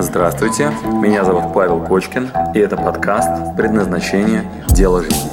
Здравствуйте, меня зовут Павел Кочкин, и это подкаст «Предназначение. Дело жизни».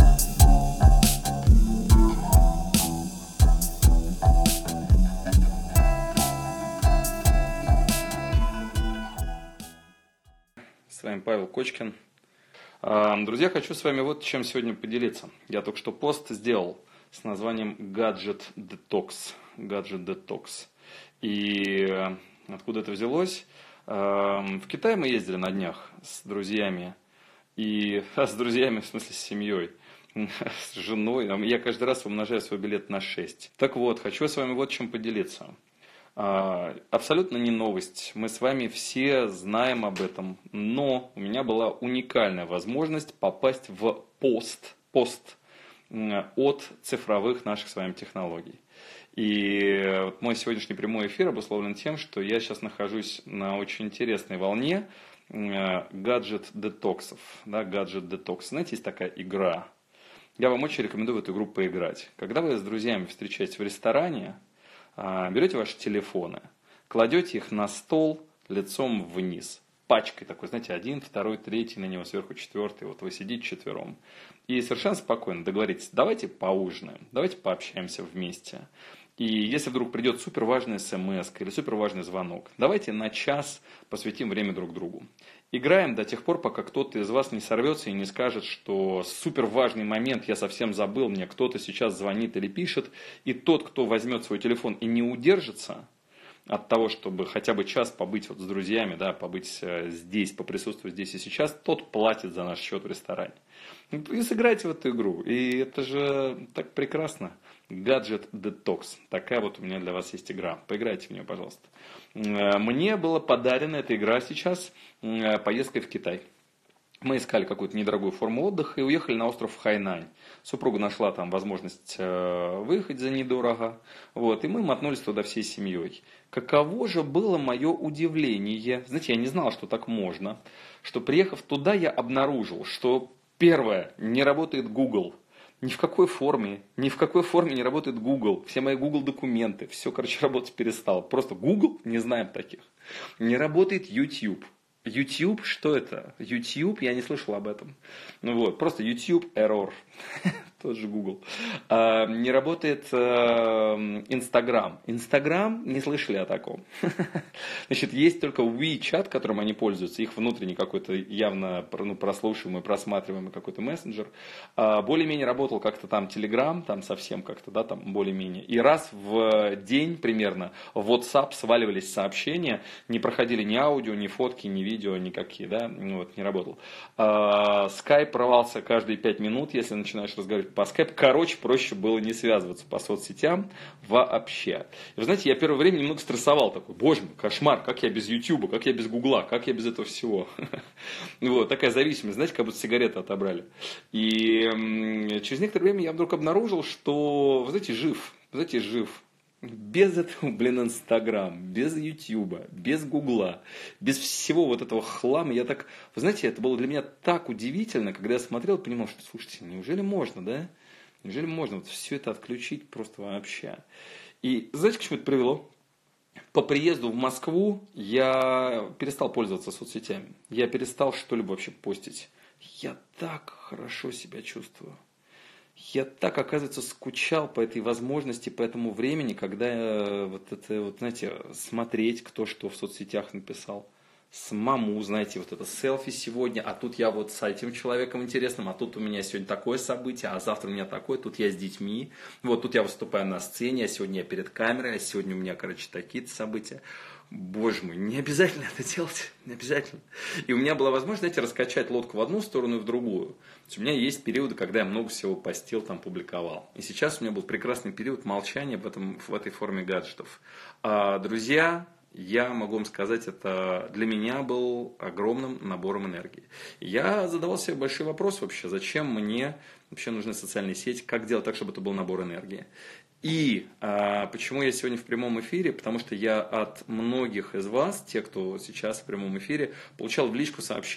С вами Павел Кочкин. Друзья, хочу с вами вот чем сегодня поделиться. Я только что пост сделал с названием Gadget Detox. Gadget Detox. И откуда это взялось? В Китай мы ездили на днях с друзьями. С друзьями, в смысле с семьей. С женой. Я каждый раз умножаю свой билет на 6. Так вот, хочу с вами вот чем поделиться. Абсолютно не новость. Мы с вами все знаем об этом. Но у меня была уникальная возможность попасть в пост от цифровых наших с вами технологий. И вот мой сегодняшний прямой эфир обусловлен тем, что я сейчас нахожусь на очень интересной волне гаджет-детоксов. Да, гаджет-детокс. Знаете, есть такая игра. Я вам очень рекомендую в эту игру поиграть. Когда вы с друзьями встречаетесь в ресторане, берете ваши телефоны, кладете их на стол лицом вниз. Пачкой такой, знаете, 1, 2, 3, на него сверху 4. Вот вы сидите четвером. И совершенно спокойно договоритесь, давайте поужинаем, давайте пообщаемся вместе. И если вдруг придет суперважная смс или суперважный звонок, давайте на час посвятим время друг другу. Играем до тех пор, пока кто-то из вас не сорвется и не скажет, что суперважный момент, я совсем забыл, мне кто-то сейчас звонит или пишет. И тот, кто возьмет свой телефон и не удержится от того, чтобы хотя бы час побыть вот с друзьями, да, побыть здесь, поприсутствовать здесь и сейчас, тот платит за наш счет в ресторане. И сыграйте в эту игру. И это же так прекрасно. Gadget Detox. Такая вот у меня для вас есть игра. Поиграйте в нее, пожалуйста. Мне была подарена эта игра сейчас поездкой в Китай. Мы искали какую-то недорогую форму отдыха и уехали на остров Хайнань. Супруга нашла там возможность выехать за недорого. Вот, и мы мотнулись туда всей семьей. Каково же было мое удивление. Знаете, я не знал, что так можно. Что приехав туда, я обнаружил, что первое, не работает Google. Ни в какой форме не работает Google. Все мои Google документы, все, работать перестало. Просто Google, не знаем таких. Не работает YouTube. YouTube, что это? YouTube, я не слышал об этом. Просто YouTube error. Тот же Google. Не работает Instagram. Instagram, не слышали о таком. Значит, есть только WeChat, которым они пользуются. Их внутренний какой-то явно прослушиваемый, просматриваемый какой-то мессенджер. Более-менее работал как-то там Telegram, там совсем как-то, да, там более-менее. И раз в день примерно в WhatsApp сваливались сообщения, не проходили ни аудио, ни фотки, ни видео, никакие, да, не работал. Skype порвался каждые 5 минут, если начинаешь разговаривать по Skype. Короче, проще было не связываться по соцсетям вообще. И вы знаете, я первое время немного стрессовал. Такой, боже мой, кошмар, как я без YouTube, как я без Гугла, как я без этого всего. Такая зависимость, знаете, как будто сигареты отобрали. И через некоторое время я вдруг обнаружил, что, вы знаете, жив. Без этого, Инстаграм, без Ютьюба, без Гугла, без всего вот этого хлама. Вы знаете, это было для меня так удивительно, когда я смотрел, понимал, что, слушайте, неужели можно, да? Неужели можно вот все это отключить просто вообще? И знаете, к чему это привело? По приезду в Москву я перестал пользоваться соцсетями. Я перестал что-либо вообще постить. Я так хорошо себя чувствую. Я так, оказывается, скучал по этой возможности, по этому времени, когда смотреть, кто что в соцсетях написал. Самому, знаете, вот это селфи сегодня, а тут я вот с этим человеком интересным, а тут у меня сегодня такое событие, а завтра у меня такое, тут я с детьми, вот тут я выступаю на сцене, а сегодня я перед камерой, а сегодня у меня, такие-то события. Боже мой, не обязательно это делать, не обязательно. И у меня была возможность, знаете, раскачать лодку в одну сторону и в другую. То есть у меня есть периоды, когда я много всего постил, там публиковал. И сейчас у меня был прекрасный период молчания в этой форме гаджетов. Друзья, я могу вам сказать, это для меня был огромным набором энергии. Я задавал себе большой вопрос вообще, зачем мне вообще нужны социальные сети, как делать так, чтобы это был набор энергии. И почему я сегодня в прямом эфире? Потому что я от многих из вас, те, кто сейчас в прямом эфире, получал в личку сообщения.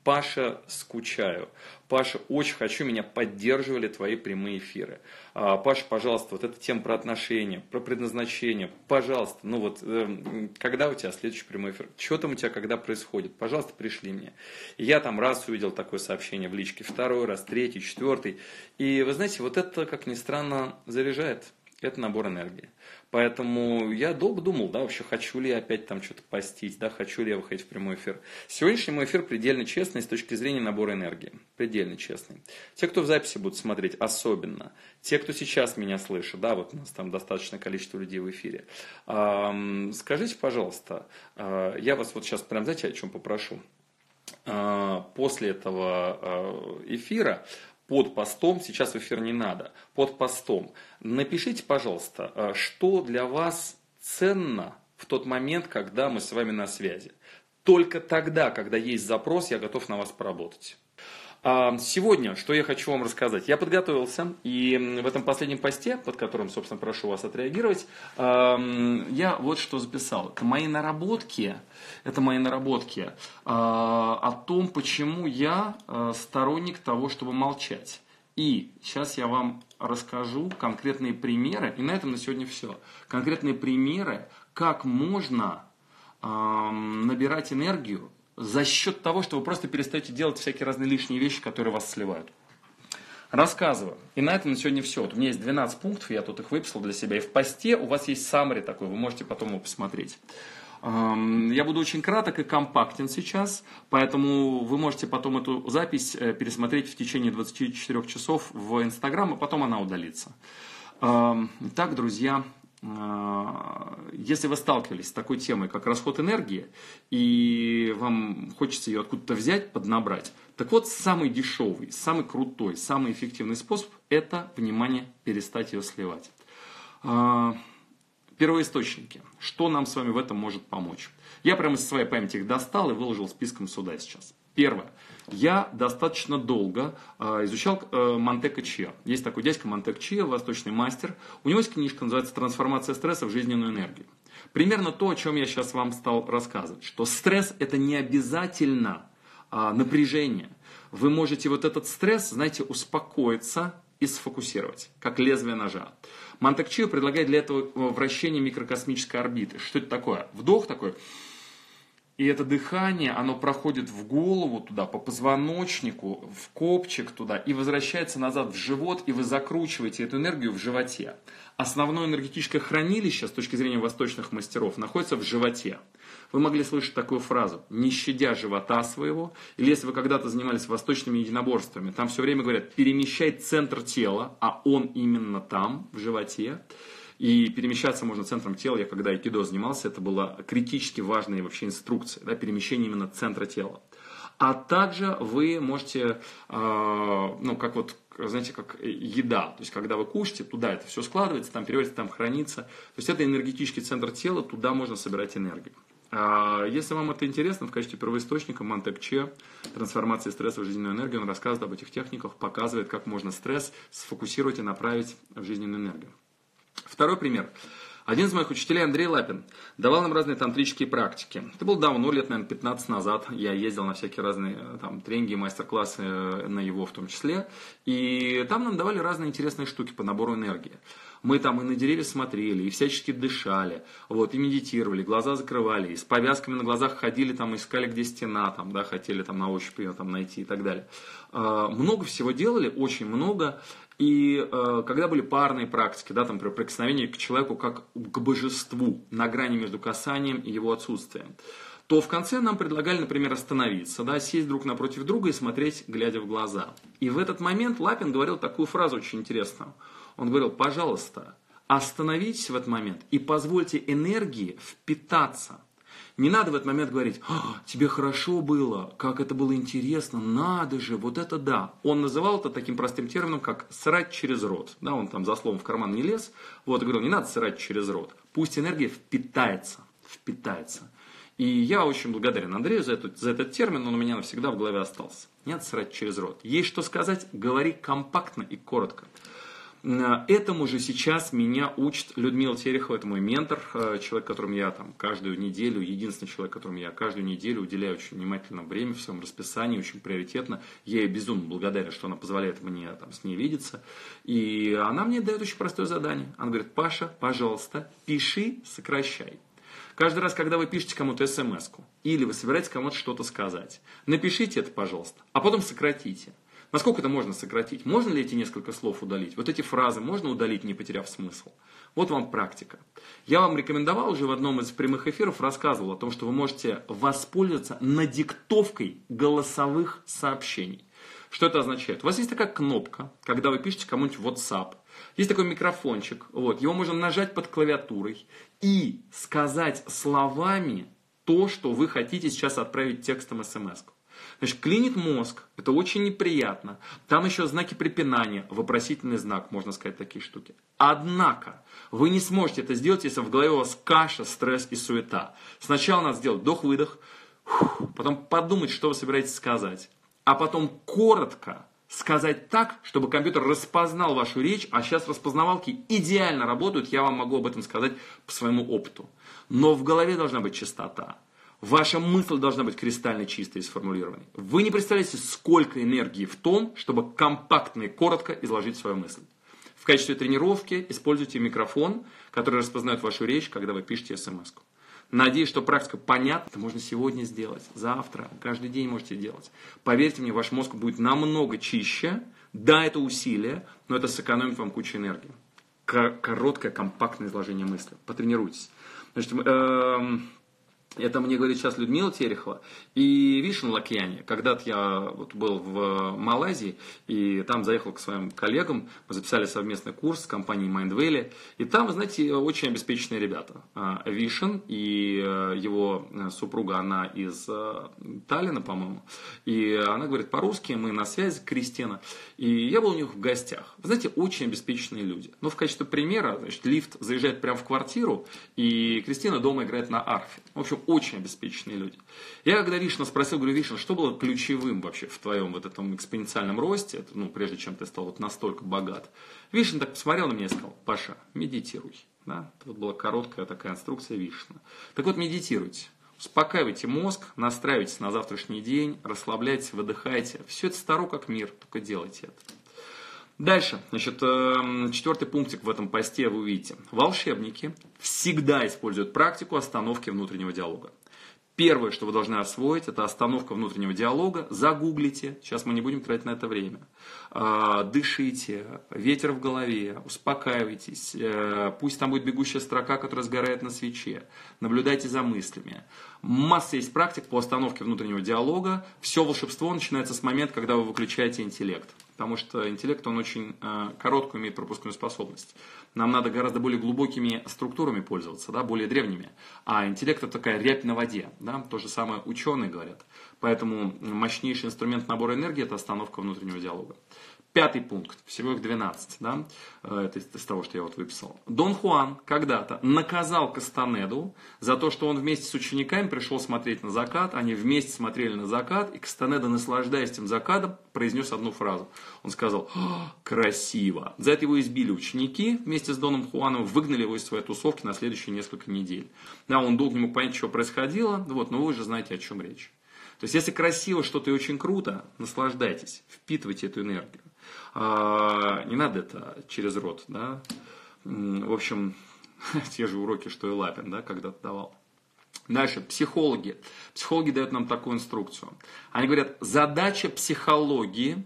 Паша, скучаю. Паша, очень хочу, меня поддерживали твои прямые эфиры. Паша, пожалуйста, вот эта тема про отношения, про предназначение, пожалуйста, ну вот, когда у тебя следующий прямой эфир? Что там у тебя когда происходит? Пожалуйста, пришли мне. И я там раз увидел такое сообщение в личке, второй раз, третий, четвертый. И вы знаете, вот это, как ни странно, заряжает. Это набор энергии. Поэтому я долго думал, да, вообще хочу ли я опять там что-то постить, да, хочу ли я выходить в прямой эфир. Сегодняшний мой эфир предельно честный с точки зрения набора энергии. Предельно честный. Те, кто в записи будут смотреть, особенно. Те, кто сейчас меня слышит, да, вот у нас там достаточное количество людей в эфире. Скажите, пожалуйста, я вас вот сейчас прям, знаете, о чем попрошу? После этого эфира под постом, сейчас в эфир не надо, под постом напишите, пожалуйста, что для вас ценно в тот момент, когда мы с вами на связи. Только тогда, когда есть запрос, я готов на вас поработать. Сегодня, что я хочу вам рассказать. Я подготовился, и в этом последнем посте, под которым, собственно, прошу вас отреагировать, я вот что записал. Это мои наработки о том, почему я сторонник того, чтобы молчать. И сейчас я вам расскажу конкретные примеры, и на этом на сегодня все. Конкретные примеры, как можно набирать энергию за счет того, что вы просто перестаете делать всякие разные лишние вещи, которые вас сливают. Рассказываю. И на этом на сегодня все. Вот у меня есть 12 пунктов, я тут их выписал для себя. И в посте у вас есть summary такой, вы можете потом его посмотреть. Я буду очень краток и компактен сейчас, поэтому вы можете потом эту запись пересмотреть в течение 24 часов в Instagram, а потом она удалится. Итак, друзья, если вы сталкивались с такой темой, как расход энергии, и вам хочется ее откуда-то взять, поднабрать, так вот, самый дешевый, самый крутой, самый эффективный способ – это, внимание, перестать ее сливать. Первоисточники. Что нам с вами в этом может помочь? Я прямо из своей памяти их достал и выложил списком сюда сейчас. Первое. Я достаточно долго изучал Монтека Чиа. Есть такой дядька Монтек Чиа, восточный мастер. У него есть книжка, называется «Трансформация стресса в жизненную энергию». Примерно то, о чем я сейчас вам стал рассказывать. Что стресс – это не обязательно напряжение. Вы можете вот этот стресс, знаете, успокоиться и сфокусировать, как лезвие ножа. Монтек Чиа предлагает для этого вращение микрокосмической орбиты. Что это такое? Вдох такой. И это дыхание, оно проходит в голову туда, по позвоночнику, в копчик туда и возвращается назад в живот, и вы закручиваете эту энергию в животе. Основное энергетическое хранилище, с точки зрения восточных мастеров, находится в животе. Вы могли слышать такую фразу: «не щадя живота своего», или если вы когда-то занимались восточными единоборствами, там все время говорят: перемещай центр тела, а он именно там, в животе. И перемещаться можно центром тела. Я когда айкидо занимался, это была критически важная вообще инструкция, да, перемещение именно центра тела. А также вы можете, как вот, знаете, как еда. То есть, когда вы кушаете, туда это все складывается, там переводится, там хранится. То есть, это энергетический центр тела, туда можно собирать энергию. Если вам это интересно, в качестве первоисточника Монтек Чиа «Трансформация стресса в жизненную энергию», он рассказывает об этих техниках, показывает, как можно стресс сфокусировать и направить в жизненную энергию. Второй пример. Один из моих учителей, Андрей Лапин, давал нам разные тантрические практики. Это было давно, лет, наверное, 15 назад. Я ездил на всякие разные там тренинги, мастер-классы на его в том числе. И там нам давали разные интересные штуки по набору энергии. Мы там и на деревья смотрели, и всячески дышали, вот, и медитировали, глаза закрывали, и с повязками на глазах ходили, там, искали, где стена, там, да, хотели там, на ощупь ее там, найти и так далее. Много всего делали, очень много. И когда были парные практики, да, там, при прикосновении к человеку как к божеству, на грани между касанием и его отсутствием, то в конце нам предлагали, например, остановиться, да, сесть друг напротив друга и смотреть, глядя в глаза. И в этот момент Лапин говорил такую фразу очень интересную. Он говорил: пожалуйста, остановитесь в этот момент и позвольте энергии впитаться. Не надо в этот момент говорить: тебе хорошо было, как это было интересно, надо же, вот это да. Он называл это таким простым термином, как срать через рот. Да, он там за словом в карман не лез, вот, и говорил: не надо срать через рот, пусть энергия впитается. И я очень благодарен Андрею за этот термин, он у меня навсегда в голове остался. Не надо срать через рот. Есть что сказать, говори компактно и коротко. Этому же сейчас меня учит Людмила Терехова, это мой ментор, человек, которому я там каждую неделю, единственный человек, которому я каждую неделю уделяю очень внимательно время в своем расписании, очень приоритетно. Я ей безумно благодарен, что она позволяет мне там с ней видеться. И она мне дает очень простое задание. Она говорит: Паша, пожалуйста, пиши, сокращай. Каждый раз, когда вы пишете кому-то смс-ку, или вы собираетесь кому-то что-то сказать, напишите это, пожалуйста, а потом сократите. Насколько это можно сократить? Можно ли эти несколько слов удалить? Вот эти фразы можно удалить, не потеряв смысл? Вот вам практика. Я вам рекомендовал уже в одном из прямых эфиров, рассказывал о том, что вы можете воспользоваться надиктовкой голосовых сообщений. Что это означает? У вас есть такая кнопка, когда вы пишете кому-нибудь в WhatsApp. Есть такой микрофончик. Вот, его можно нажать под клавиатурой и сказать словами то, что вы хотите сейчас отправить текстом смс-ку. Значит, клинит мозг, это очень неприятно. Там еще знаки препинания, вопросительный знак, можно сказать, такие штуки. Однако, вы не сможете это сделать, если в голове у вас каша, стресс и суета. Сначала надо сделать вдох-выдох, потом подумать, что вы собираетесь сказать. А потом коротко сказать так, чтобы компьютер распознал вашу речь, а сейчас распознавалки идеально работают, я вам могу об этом сказать по своему опыту. Но в голове должна быть чистота. Ваша мысль должна быть кристально чистой и сформулированной. Вы не представляете, сколько энергии в том, чтобы компактно и коротко изложить свою мысль. В качестве тренировки используйте микрофон, который распознает вашу речь, когда вы пишете смс-ку. Надеюсь, что практика понятна. Это можно сегодня сделать, завтра, каждый день можете делать. Поверьте мне, ваш мозг будет намного чище. Да, это усилие, но это сэкономит вам кучу энергии. Короткое, компактное изложение мысли. Потренируйтесь. Значит, это мне говорит сейчас Людмила Терехова и Вишен Лакьяни. Когда-то я вот был в Малайзии и там заехал к своим коллегам. Мы записали совместный курс с компанией Mindvalley. И там, вы знаете, очень обеспеченные ребята. Вишен и его супруга, она из Таллина, по-моему. И она говорит по-русски, мы на связи, Кристина. И я был у них в гостях. Вы знаете, очень обеспеченные люди. Но в качестве примера, значит, лифт заезжает прямо в квартиру, и Кристина дома играет на арфе. В общем, очень обеспеченные люди. Я когда Вишна спросил, говорю: Вишна, что было ключевым вообще в твоем вот этом экспоненциальном росте, прежде чем ты стал вот настолько богат? Вишна так посмотрел на меня и сказал: Паша, медитируй. Да? Это вот была короткая такая инструкция Вишна. Так вот, медитируйте. Успокаивайте мозг, настраивайтесь на завтрашний день, расслабляйтесь, выдыхайте. Все это старо как мир, только делайте это. Дальше, значит, 4-й пунктик в этом посте вы увидите. Волшебники всегда используют практику остановки внутреннего диалога. Первое, что вы должны освоить, это остановка внутреннего диалога. Загуглите, сейчас мы не будем тратить на это время. Дышите, ветер в голове, успокаивайтесь. Пусть там будет бегущая строка, которая сгорает на свече. Наблюдайте за мыслями. Масса есть практик по остановке внутреннего диалога. Все волшебство начинается с момента, когда вы выключаете интеллект. Потому что интеллект, он очень короткую имеет пропускную способность. Нам надо гораздо более глубокими структурами пользоваться, да, более древними. А интеллект — это такая рябь на воде. Да? То же самое ученые говорят. Поэтому мощнейший инструмент набора энергии — это остановка внутреннего диалога. 5-й пункт, всего их 12, да? Это из того, что я вот выписал. Дон Хуан когда-то наказал Кастанеду за то, что он вместе с учениками пришел смотреть на закат, они вместе смотрели на закат, и Кастанеда, наслаждаясь этим закатом, произнес одну фразу. Он сказал: красиво. За это его избили ученики вместе с Доном Хуаном, выгнали его из своей тусовки на следующие несколько недель. Да, он долго не мог понять, что происходило, вот, но вы уже знаете, о чем речь. То есть, если красиво что-то и очень круто, наслаждайтесь, впитывайте эту энергию. Не надо это через рот, да. В общем, те же уроки, что и Лапин, да, когда-то давал. Дальше, психологи. Психологи дают нам такую инструкцию. Они говорят: задача психологии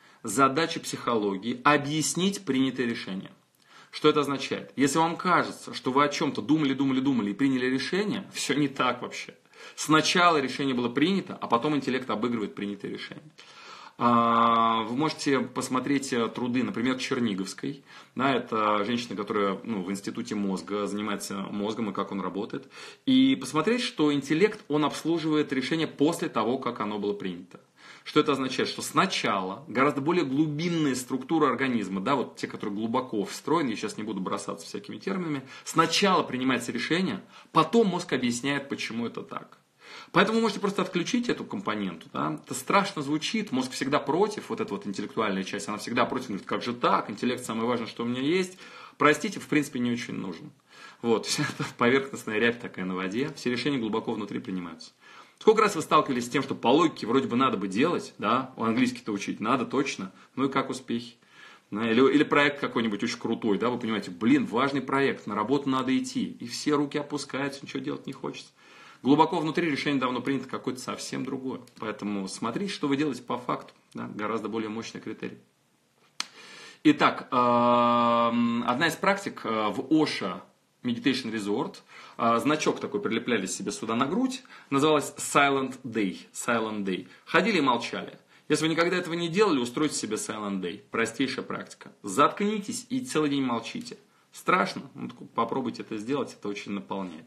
объяснить принятое решение. Что это означает? Если вам кажется, что вы о чем-то думали и приняли решение, все не так вообще. Сначала решение было принято, а потом интеллект обыгрывает принятое решение. Вы можете посмотреть труды, например, Черниговской. Да, это женщина, которая в институте мозга занимается мозгом и как он работает. И посмотреть, что интеллект, он обслуживает решение после того, как оно было принято. Что это означает? Что сначала гораздо более глубинные структуры организма, да, вот те, которые глубоко встроены, я сейчас не буду бросаться всякими терминами, сначала принимается решение, потом мозг объясняет, почему это так. Поэтому вы можете просто отключить эту компоненту. Да? Это страшно звучит, мозг всегда против, вот эта вот интеллектуальная часть, она всегда против, говорит, как же так, интеллект самое важное, что у меня есть. Простите, в принципе, не очень нужен. Вот, это поверхностная рябь такая на воде, все решения глубоко внутри принимаются. Сколько раз вы сталкивались с тем, что по логике вроде бы надо бы делать, да, английский-то учить надо точно, ну и как успехи? Или проект какой-нибудь очень крутой, да, вы понимаете, блин, важный проект, на работу надо идти, и все руки опускаются, ничего делать не хочется. Глубоко внутри решение давно принято какое-то совсем другое. Поэтому смотрите, что вы делаете по факту, да, гораздо более мощный критерий. Итак, одна из практик в Osho Meditation Resort, значок такой прилепляли себе сюда на грудь, называлась Silent Day. Silent Day. Ходили и молчали. Если вы никогда этого не делали, устройте себе Silent Day. Простейшая практика. Заткнитесь и целый день молчите. Страшно? Ну, попробуйте это сделать, это очень наполняет.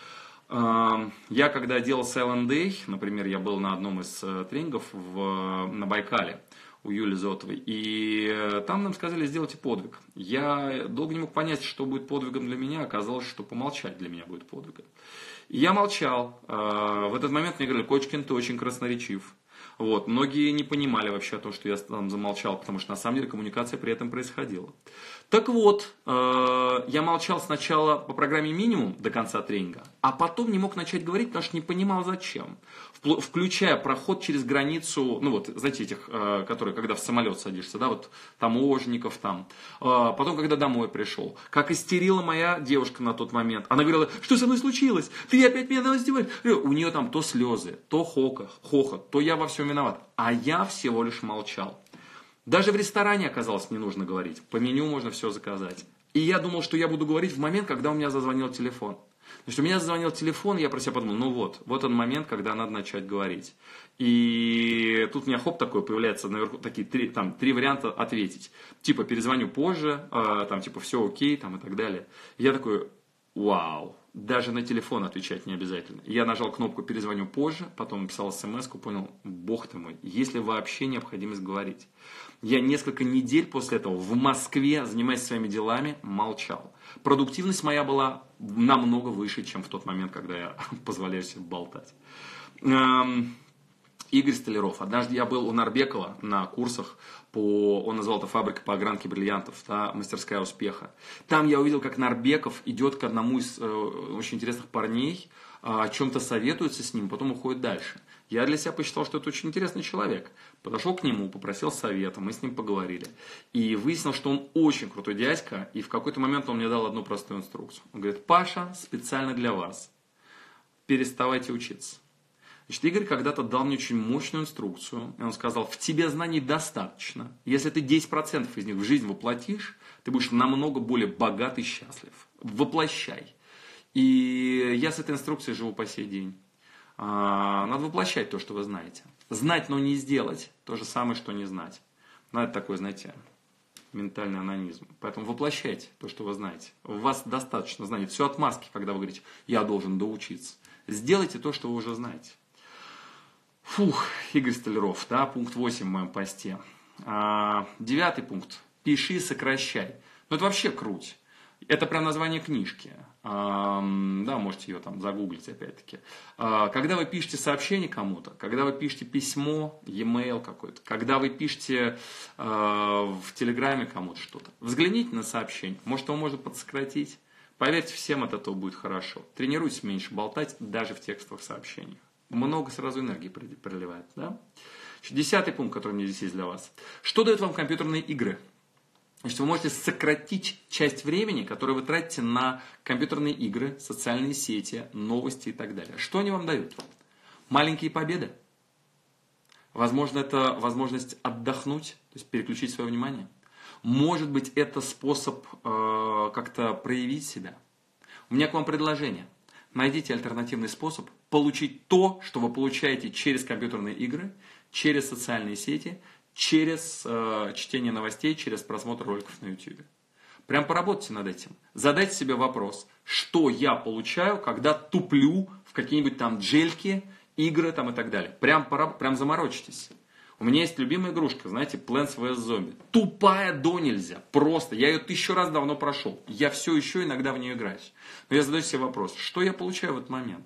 Я когда делал Silent Day, например, я был на одном из тренингов на Байкале, у Юли Зотовой. И там нам сказали, сделайте подвиг. Я долго не мог понять, что будет подвигом для меня. Оказалось, что помолчать для меня будет подвигом. И я молчал. В этот момент мне говорили, Кочкин, ты очень красноречив. Вот. Многие не понимали вообще о том, что я там замолчал, потому что на самом деле коммуникация при этом происходила. Так вот, я молчал сначала по программе минимум до конца тренинга, а потом не мог начать говорить, потому что не понимал зачем. Включая проход через границу, ну вот, знаете, этих, которые, когда в самолет садишься, да, вот таможенников там. Потом, когда домой пришел, как истерила моя девушка на тот момент. Она говорила, что со мной случилось? Ты опять меня издеваешь? У нее там то слезы, то хохот, то я во всем виноват. А я всего лишь молчал. Даже в ресторане оказалось не нужно говорить. По меню можно все заказать. И я думал, что я буду говорить в момент, когда у меня зазвонил телефон. Значит, у меня зазвонил телефон, и я про себя подумал, ну вот он момент, когда надо начать говорить. И тут у меня такой появляется наверху, такие три варианта ответить. Типа перезвоню позже, там типа все окей, там и так далее. И я такой, вау. Даже на телефон отвечать не обязательно. Я нажал кнопку «Перезвоню позже», потом написал смс-ку, понял, бог ты мой, есть ли вообще необходимость говорить. Я несколько недель после этого в Москве, занимаясь своими делами, молчал. Продуктивность моя была намного выше, чем в тот момент, когда я позволяю себе болтать. Игорь Столяров. Однажды я был у Нарбекова на курсах он назвал это «Фабрика по огранке бриллиантов», да, «Мастерская успеха». Там я увидел, как Нарбеков идет к одному из очень интересных парней, о чем-то советуется с ним, потом уходит дальше. Я для себя посчитал, что это очень интересный человек. Подошел к нему, попросил совета, мы с ним поговорили. И выяснил, что он очень крутой дядька, и в какой-то момент он мне дал одну простую инструкцию. Он говорит, Паша, специально для вас, переставайте учиться. Значит, Игорь когда-то дал мне очень мощную инструкцию. И он сказал, в тебе знаний достаточно. Если ты 10% из них в жизнь воплотишь, ты будешь намного более богат и счастлив. Воплощай. И я с этой инструкцией живу по сей день. Надо воплощать то, что вы знаете. Знать, но не сделать, то же самое, что не знать. Ну, это такой, знаете, ментальный анонизм. Поэтому воплощайте то, что вы знаете. У вас достаточно знаний. Все отмазки, когда вы говорите, я должен доучиться. Сделайте то, что вы уже знаете. Игорь Столяров, да, пункт 8 в моем посте. 9 пункт. Пиши, сокращай. Ну, это вообще круть. Это прям название книжки. Да, можете ее там загуглить опять-таки. Когда вы пишете сообщение кому-то, когда вы пишете письмо, e-mail какой-то, когда вы пишете в Телеграме кому-то что-то, взгляните на сообщение. Может, его можно подсократить. Поверьте, всем от этого будет хорошо. Тренируйтесь меньше болтать даже в текстовых сообщениях. Много сразу энергии проливает. Да? 10 пункт, который у меня здесь есть для вас. Что дают вам компьютерные игры? Значит, вы можете сократить часть времени, которое вы тратите на компьютерные игры, социальные сети, новости и так далее. Что они вам дают? Маленькие победы. Возможно, это возможность отдохнуть, то есть переключить свое внимание. Может быть, это способ как-то проявить себя. У меня к вам предложение. Найдите альтернативный способ получить то, что вы получаете через компьютерные игры, через социальные сети, через чтение новостей, через просмотр роликов на YouTube. Прям поработайте над этим. Задайте себе вопрос, что я получаю, когда туплю в какие-нибудь там джельки, игры там и так далее. Прям заморочитесь. У меня есть любимая игрушка, знаете, Plants vs. Zombie. Тупая до нельзя. Просто. Я ее 1000 раз давно прошел. Я все еще иногда в нее играюсь. Но я задаю себе вопрос, что я получаю в этот момент?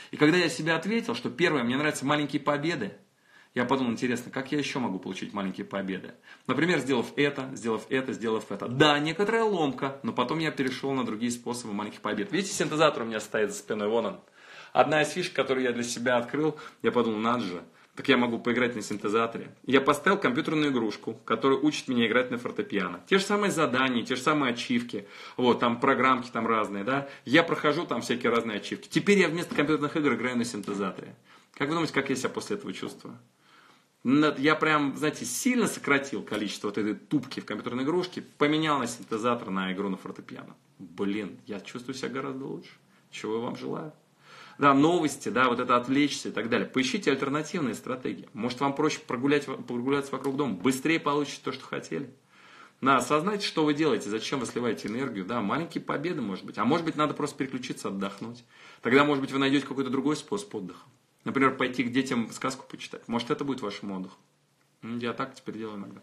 И когда я себе ответил, что первое, мне нравятся маленькие победы, я подумал, интересно, как я еще могу получить маленькие победы? Например, сделав это. Да, некоторая ломка, но потом я перешел на другие способы маленьких побед. Видите, синтезатор у меня стоит за спиной, вон он. Одна из фишек, которую я для себя открыл, я подумал, надо же, так я могу поиграть на синтезаторе. Я поставил компьютерную игрушку, которая учит меня играть на фортепиано. Те же самые задания, те же самые ачивки, вот, там программки там разные, да. Я прохожу там всякие разные ачивки. Теперь я вместо компьютерных игр играю на синтезаторе. Как вы думаете, как я себя после этого чувствую? Я прям, знаете, сильно сократил количество вот этой тупки в компьютерной игрушке, поменял на синтезатор, на игру на фортепиано. Блин, я чувствую себя гораздо лучше. Чего я вам желаю. Да, новости, да, вот это отвлечься и так далее. Поищите альтернативные стратегии. Может, вам проще прогуляться вокруг дома, быстрее получите то, что хотели. Да, осознайте, что вы делаете, зачем вы сливаете энергию. Да, маленькие победы, может быть. А может быть, надо просто переключиться, отдохнуть. Тогда, может быть, вы найдете какой-то другой способ отдыха. Например, пойти к детям сказку почитать. Может, это будет вашим отдыхом. Я так теперь делаю иногда.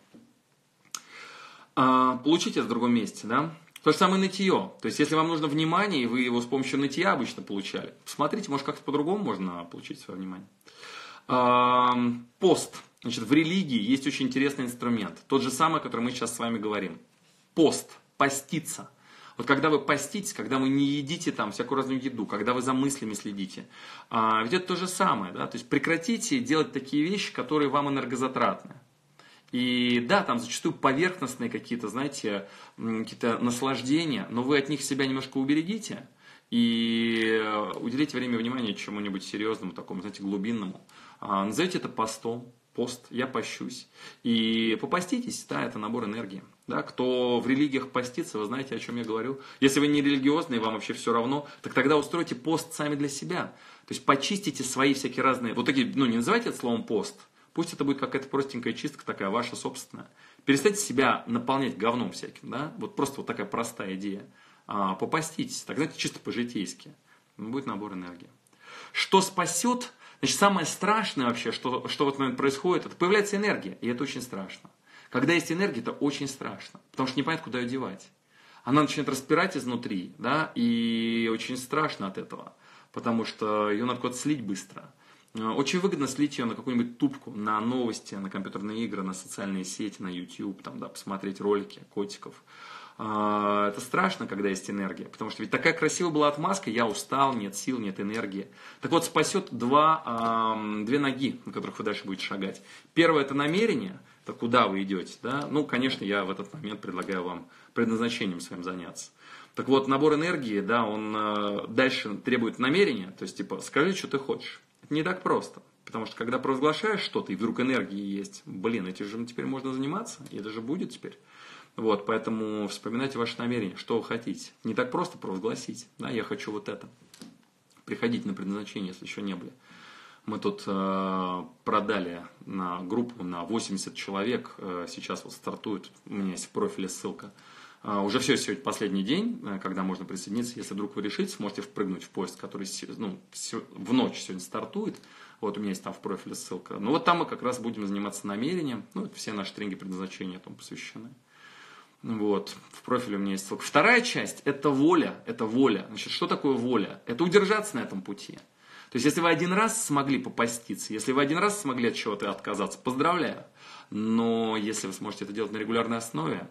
Получите это в другом месте, да. То же самое нытье. То есть, если вам нужно внимание, и вы его с помощью нытья обычно получали, посмотрите, может, как-то по-другому можно получить свое внимание. Пост. Значит, в религии есть очень интересный инструмент. Тот же самый, о котором мы сейчас с вами говорим. Пост. Поститься. Вот когда вы поститесь, когда вы не едите там всякую разную еду, когда вы за мыслями следите, ведь это то же самое. Да? То есть, прекратите делать такие вещи, которые вам энергозатратны. И да, там зачастую поверхностные какие-то, знаете, какие-то наслаждения, но вы от них себя немножко уберегите и уделите время и внимание чему-нибудь серьезному, такому, знаете, глубинному. Назовите это постом, пост, я пощусь. И попаститесь, да, это набор энергии. Да, кто в религиях постится, вы знаете, о чем я говорю. Если вы не религиозный, вам вообще все равно, так тогда устройте пост сами для себя. То есть почистите свои всякие разные, вот такие, не называйте это словом пост. Пусть это будет какая-то простенькая чистка такая, ваша собственная. Перестаньте себя наполнять говном всяким, да? Вот просто вот такая простая идея. Попаститесь, так знаете, чисто по-житейски. Будет набор энергии. Что спасет? Значит, самое страшное вообще, что в этот момент происходит, это появляется энергия, и это очень страшно. Когда есть энергия, это очень страшно, потому что непонятно, куда ее девать. Она начинает распирать изнутри, да, и очень страшно от этого, потому что ее надо куда-то слить быстро. Очень выгодно слить ее на какую-нибудь тупку, на новости, на компьютерные игры, на социальные сети, на YouTube, там, да, посмотреть ролики котиков. Это страшно, когда есть энергия, потому что ведь такая красивая была отмазка, я устал, нет сил, нет энергии. Так вот, спасет две ноги, на которых вы дальше будете шагать. Первое – это намерение, это куда вы идете. Да? Конечно, я в этот момент предлагаю вам предназначением своим заняться. Так вот, набор энергии, да, он дальше требует намерения, то есть, типа, скажи, что ты хочешь. Это не так просто, потому что, когда провозглашаешь что-то, и вдруг энергии есть, этим же теперь можно заниматься, и это же будет теперь. Вот, поэтому вспоминайте ваши намерения, что вы хотите. Не так просто провозгласить, да, я хочу вот это. Приходите на предназначение, если еще не были. Мы тут продали на группу на 80 человек, сейчас вот стартует, у меня есть в профиле ссылка. Уже все, сегодня последний день, когда можно присоединиться. Если вдруг вы решите, сможете впрыгнуть в поезд, который в ночь сегодня стартует. Вот у меня есть там в профиле ссылка. Вот там мы как раз будем заниматься намерением. Все наши тренинги предназначения этому посвящены. Вот, в профиле у меня есть ссылка. Вторая часть – это воля. Это воля. Значит, что такое воля? Это удержаться на этом пути. То есть, если вы один раз смогли попаститься, если вы один раз смогли от чего-то отказаться, поздравляю. Но если вы сможете это делать на регулярной основе,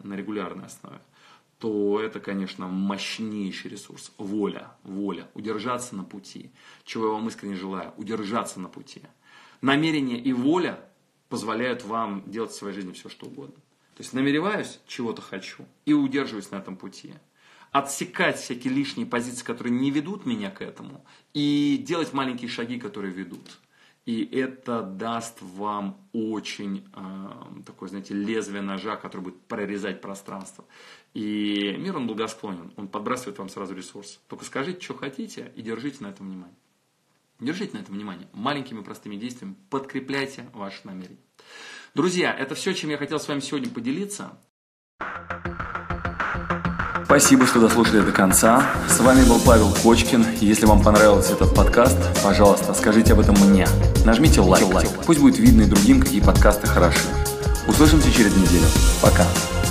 то это, конечно, мощнейший ресурс. Воля. Удержаться на пути. Чего я вам искренне желаю. Удержаться на пути. Намерение и воля позволяют вам делать в своей жизни все, что угодно. То есть, намереваюсь, чего-то хочу, и удерживаюсь на этом пути. Отсекать всякие лишние позиции, которые не ведут меня к этому, и делать маленькие шаги, которые ведут. И это даст вам очень такое, знаете, лезвие ножа, которое будет прорезать пространство. И мир, он благосклонен, он подбрасывает вам сразу ресурс. Только скажите, что хотите, и держите на этом внимание. Держите на этом внимание. Маленькими простыми действиями подкрепляйте ваши намерения. Друзья, это все, чем я хотел с вами сегодня поделиться. Спасибо, что дослушали до конца. С вами был Павел Кочкин. Если вам понравился этот подкаст, пожалуйста, скажите об этом мне. Нажмите лайк. Пусть будет видно и другим, какие подкасты хороши. Услышимся через неделю. Пока.